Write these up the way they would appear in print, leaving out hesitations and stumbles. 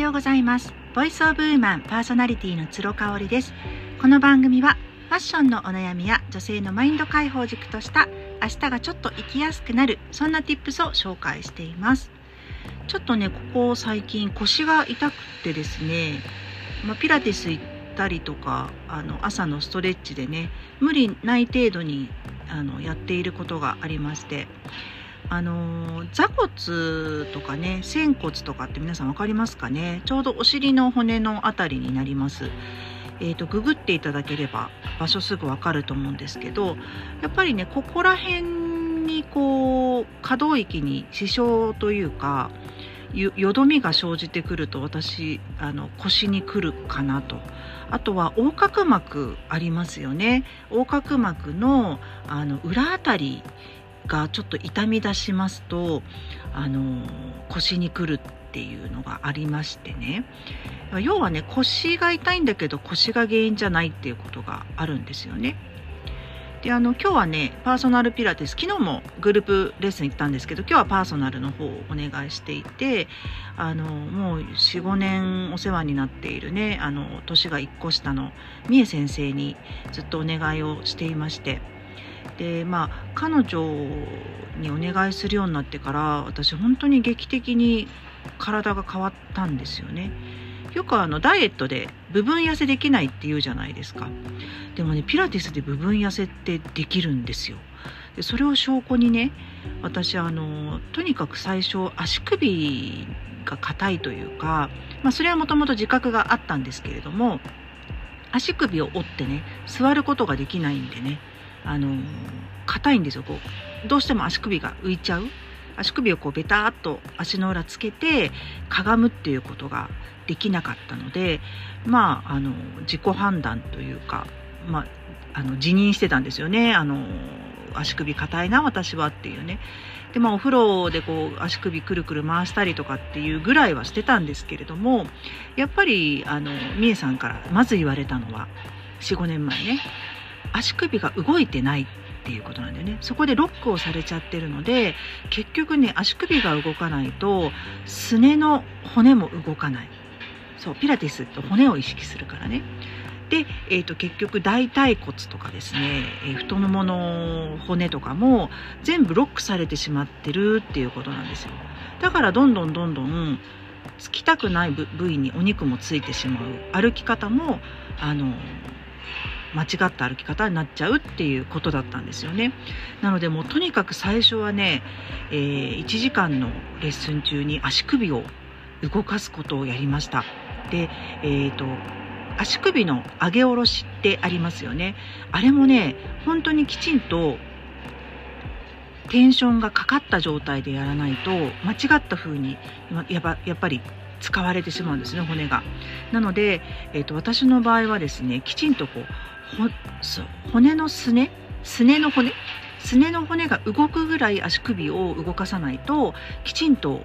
ようございます。ボイスオブウーマンパーソナリティの鶴香織です。この番組はファッションのお悩みや女性のマインド解放軸とした明日がちょっと生きやすくなる、そんな tips を紹介しています。ちょっとね、ここ最近腰が痛くてですね、ピラティス行ったりとか朝のストレッチでね、無理ない程度にやっていることがありまして、座骨とかね、仙骨とかって皆さん分かりますかね。ちょうどお尻の骨のあたりになります。ググっていただければ場所すぐ分かると思うんですけど、やっぱりね、ここら辺に可動域に支障というかよどみが生じてくると、私腰にくるかなと。あとは横隔膜ありますよね。横隔膜の裏あたりがちょっと痛み出しますと腰にくるっていうのがありましてね。要はね、腰が痛いんだけど腰が原因じゃないっていうことがあるんですよね。で今日はね、パーソナルピラティス、昨日もグループレッスン行ったんですけど、今日はパーソナルの方をお願いしていて、もう 4,5 年お世話になっているね、年が1個下の三重先生にずっとお願いをしていまして、で彼女にお願いするようになってから、私本当に劇的に体が変わったんですよね。よくダイエットで部分痩せできないって言うじゃないですか。でもね、ピラティスで部分痩せってできるんですよ。でそれを証拠にね、私とにかく最初足首が硬いというか、それはもともと自覚があったんですけれども、足首を折ってね座ることができないんでね、硬いんですよ。どうしても足首が浮いちゃう。足首をベターっと足の裏つけてかがむっていうことができなかったので、自己判断というか、自認してたんですよね。足首硬いな私はっていうね。でお風呂で足首くるくる回したりとかっていうぐらいはしてたんですけれども、やっぱりみえさんからまず言われたのは 4,5 年前ね、足首が動いてないっていうことなんだよね。そこでロックをされちゃってるので、結局ね、足首が動かないとすねの骨も動かない。そう、ピラティスって骨を意識するからね。で、結局大腿骨とかですね、太ももの骨とかも全部ロックされてしまってるっていうことなんですよ。だからどんどんつきたくない部位にお肉もついてしまう。歩き方も間違った歩き方になっちゃうっていうことだったんですよね。なのでもうとにかく最初はね、1時間のレッスン中に足首を動かすことをやりました。で、足首の上げ下ろしってありますよね。あれもね、本当にきちんとテンションがかかった状態でやらないと、間違った風にやっぱり使われてしまうんですね、骨が。なので、私の場合はですね、きちんと骨のすねの骨が動くぐらい足首を動かさないと、きちんと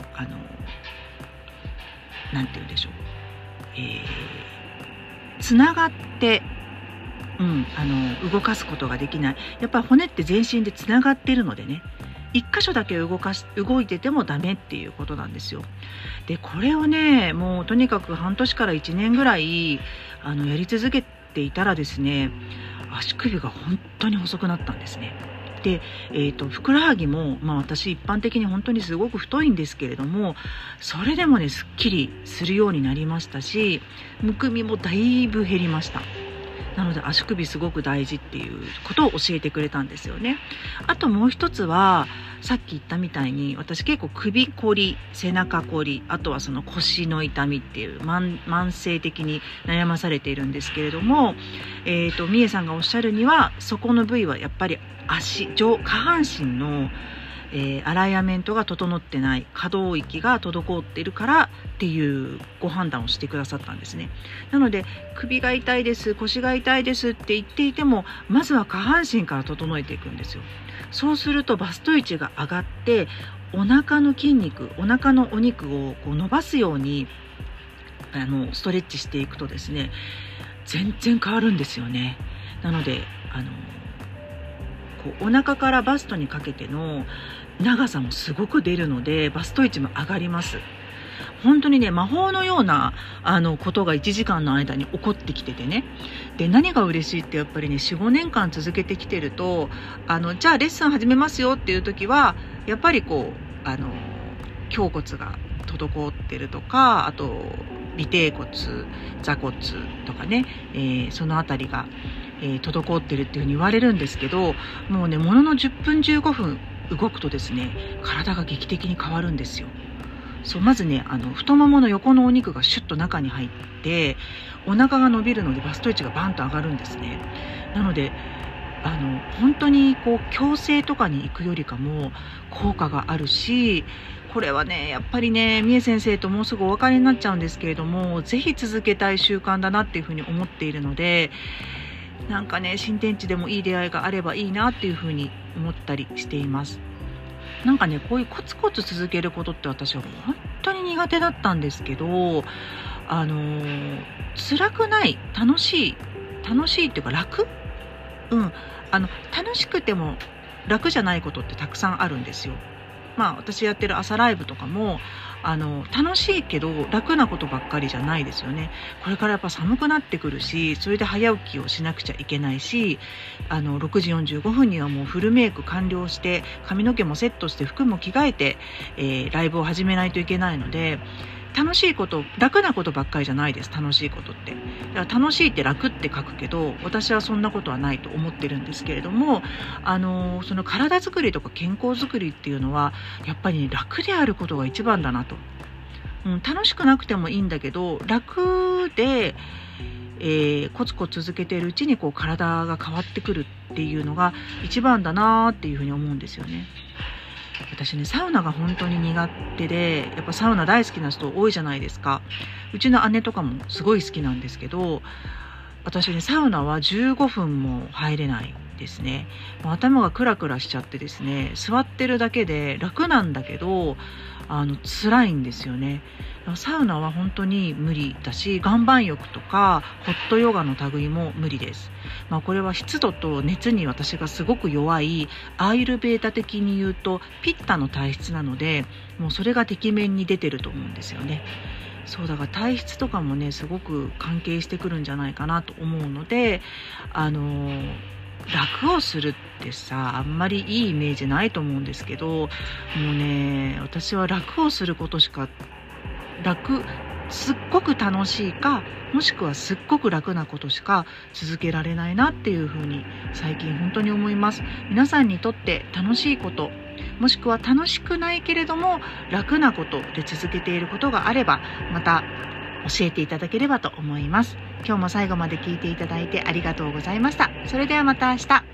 なんて言うんでしょう、つながって動かすことができない。やっぱり骨って全身でつながっているのでね、一箇所だけ動いててもダメっていうことなんですよ。でこれをね、もうとにかく半年から1年ぐらいやり続けていたらですね、足首が本当に細くなったんですね。で、ふくらはぎも、私一般的に本当にすごく太いんですけれども、それでもねすっきりするようになりましたし、むくみもだいぶ減りました。なので足首すごく大事っていうことを教えてくれたんですよね。あともう一つは、さっき言ったみたいに、私結構首こり、背中こり、あとはその腰の痛みっていう慢性的に悩まされているんですけれども、みえさんがおっしゃるには、そこの部位はやっぱり下半身のアライアメントが整ってない、可動域が滞っているからっていうご判断をしてくださったんですね。なので首が痛いです、腰が痛いですって言っていても、まずは下半身から整えていくんですよ。そうするとバスト位置が上がって、お腹の筋肉、お腹のお肉を伸ばすようにストレッチしていくとですね、全然変わるんですよね。なのでお腹からバストにかけての長さもすごく出るので、バスト位置も上がります。 本当にね、魔法のようなことが1時間の間に起こってきててね。で、何が嬉しいってやっぱりね、4、5年間続けてきてると、じゃあレッスン始めますよっていう時は、やっぱりこう胸骨が滞ってるとか、あと尾てい骨、座骨とかね、そのあたりが、滞ってるっていうふうに言われるんですけど、もうね、ものの10分15分動くとですね、体が劇的に変わるんですよ。そう、まずね、太ももの横のお肉がシュッと中に入って、お腹が伸びるのでバスト位置がバンと上がるんですね。なので、本当にこう矯正とかに行くよりかも効果があるし、これはね、やっぱりね、三重先生ともうすぐお別れになっちゃうんですけれども、ぜひ続けたい習慣だなっていうふうに思っているので、なんかね、新天地でもいい出会いがあればいいなっていうふうに思ったりしています。なんかね、こういうコツコツ続けることって私は本当に苦手だったんですけど、辛くない、楽しいっていうか楽、楽しくても楽じゃないことってたくさんあるんですよ。私やってる朝ライブとかも楽しいけど楽なことばっかりじゃないですよね。これからやっぱ寒くなってくるし、それで早起きをしなくちゃいけないし、6時45分にはもうフルメイク完了して髪の毛もセットして服も着替えて、ライブを始めないといけないので、楽しいこと、楽なことばっかりじゃないです。楽しいことって。だから楽しいって楽って書くけど、私はそんなことはないと思ってるんですけれども、その体づくりとか健康づくりっていうのは、やっぱり、ね、楽であることが一番だなと。楽しくなくてもいいんだけど、楽で、コツコツ続けているうちにこう体が変わってくるっていうのが一番だなっていうふうに思うんですよね。私ね、サウナが本当に苦手で、やっぱサウナ大好きな人多いじゃないですか。うちの姉とかもすごい好きなんですけど、私ね、サウナは15分も入れないですね。もう頭がクラクラしちゃってですね、座ってるだけで楽なんだけど辛いんですよね。サウナは本当に無理だし、岩盤浴とかホットヨガの類も無理です。これは湿度と熱に私がすごく弱いアーユルベータ的に言うとピッタの体質なので、もうそれがてきめんに出てると思うんですよね。そうだから体質とかもね、すごく関係してくるんじゃないかなと思うので、楽をするってさ、あんまりいいイメージないと思うんですけど、もうね、私は楽をすることしか、すっごく楽しいか、もしくはすっごく楽なことしか続けられないなっていうふうに最近本当に思います。皆さんにとって楽しいこと、もしくは楽しくないけれども楽なことで続けていることがあれば、また教えていただければと思います。今日も最後まで聞いていただいてありがとうございました。それではまた明日。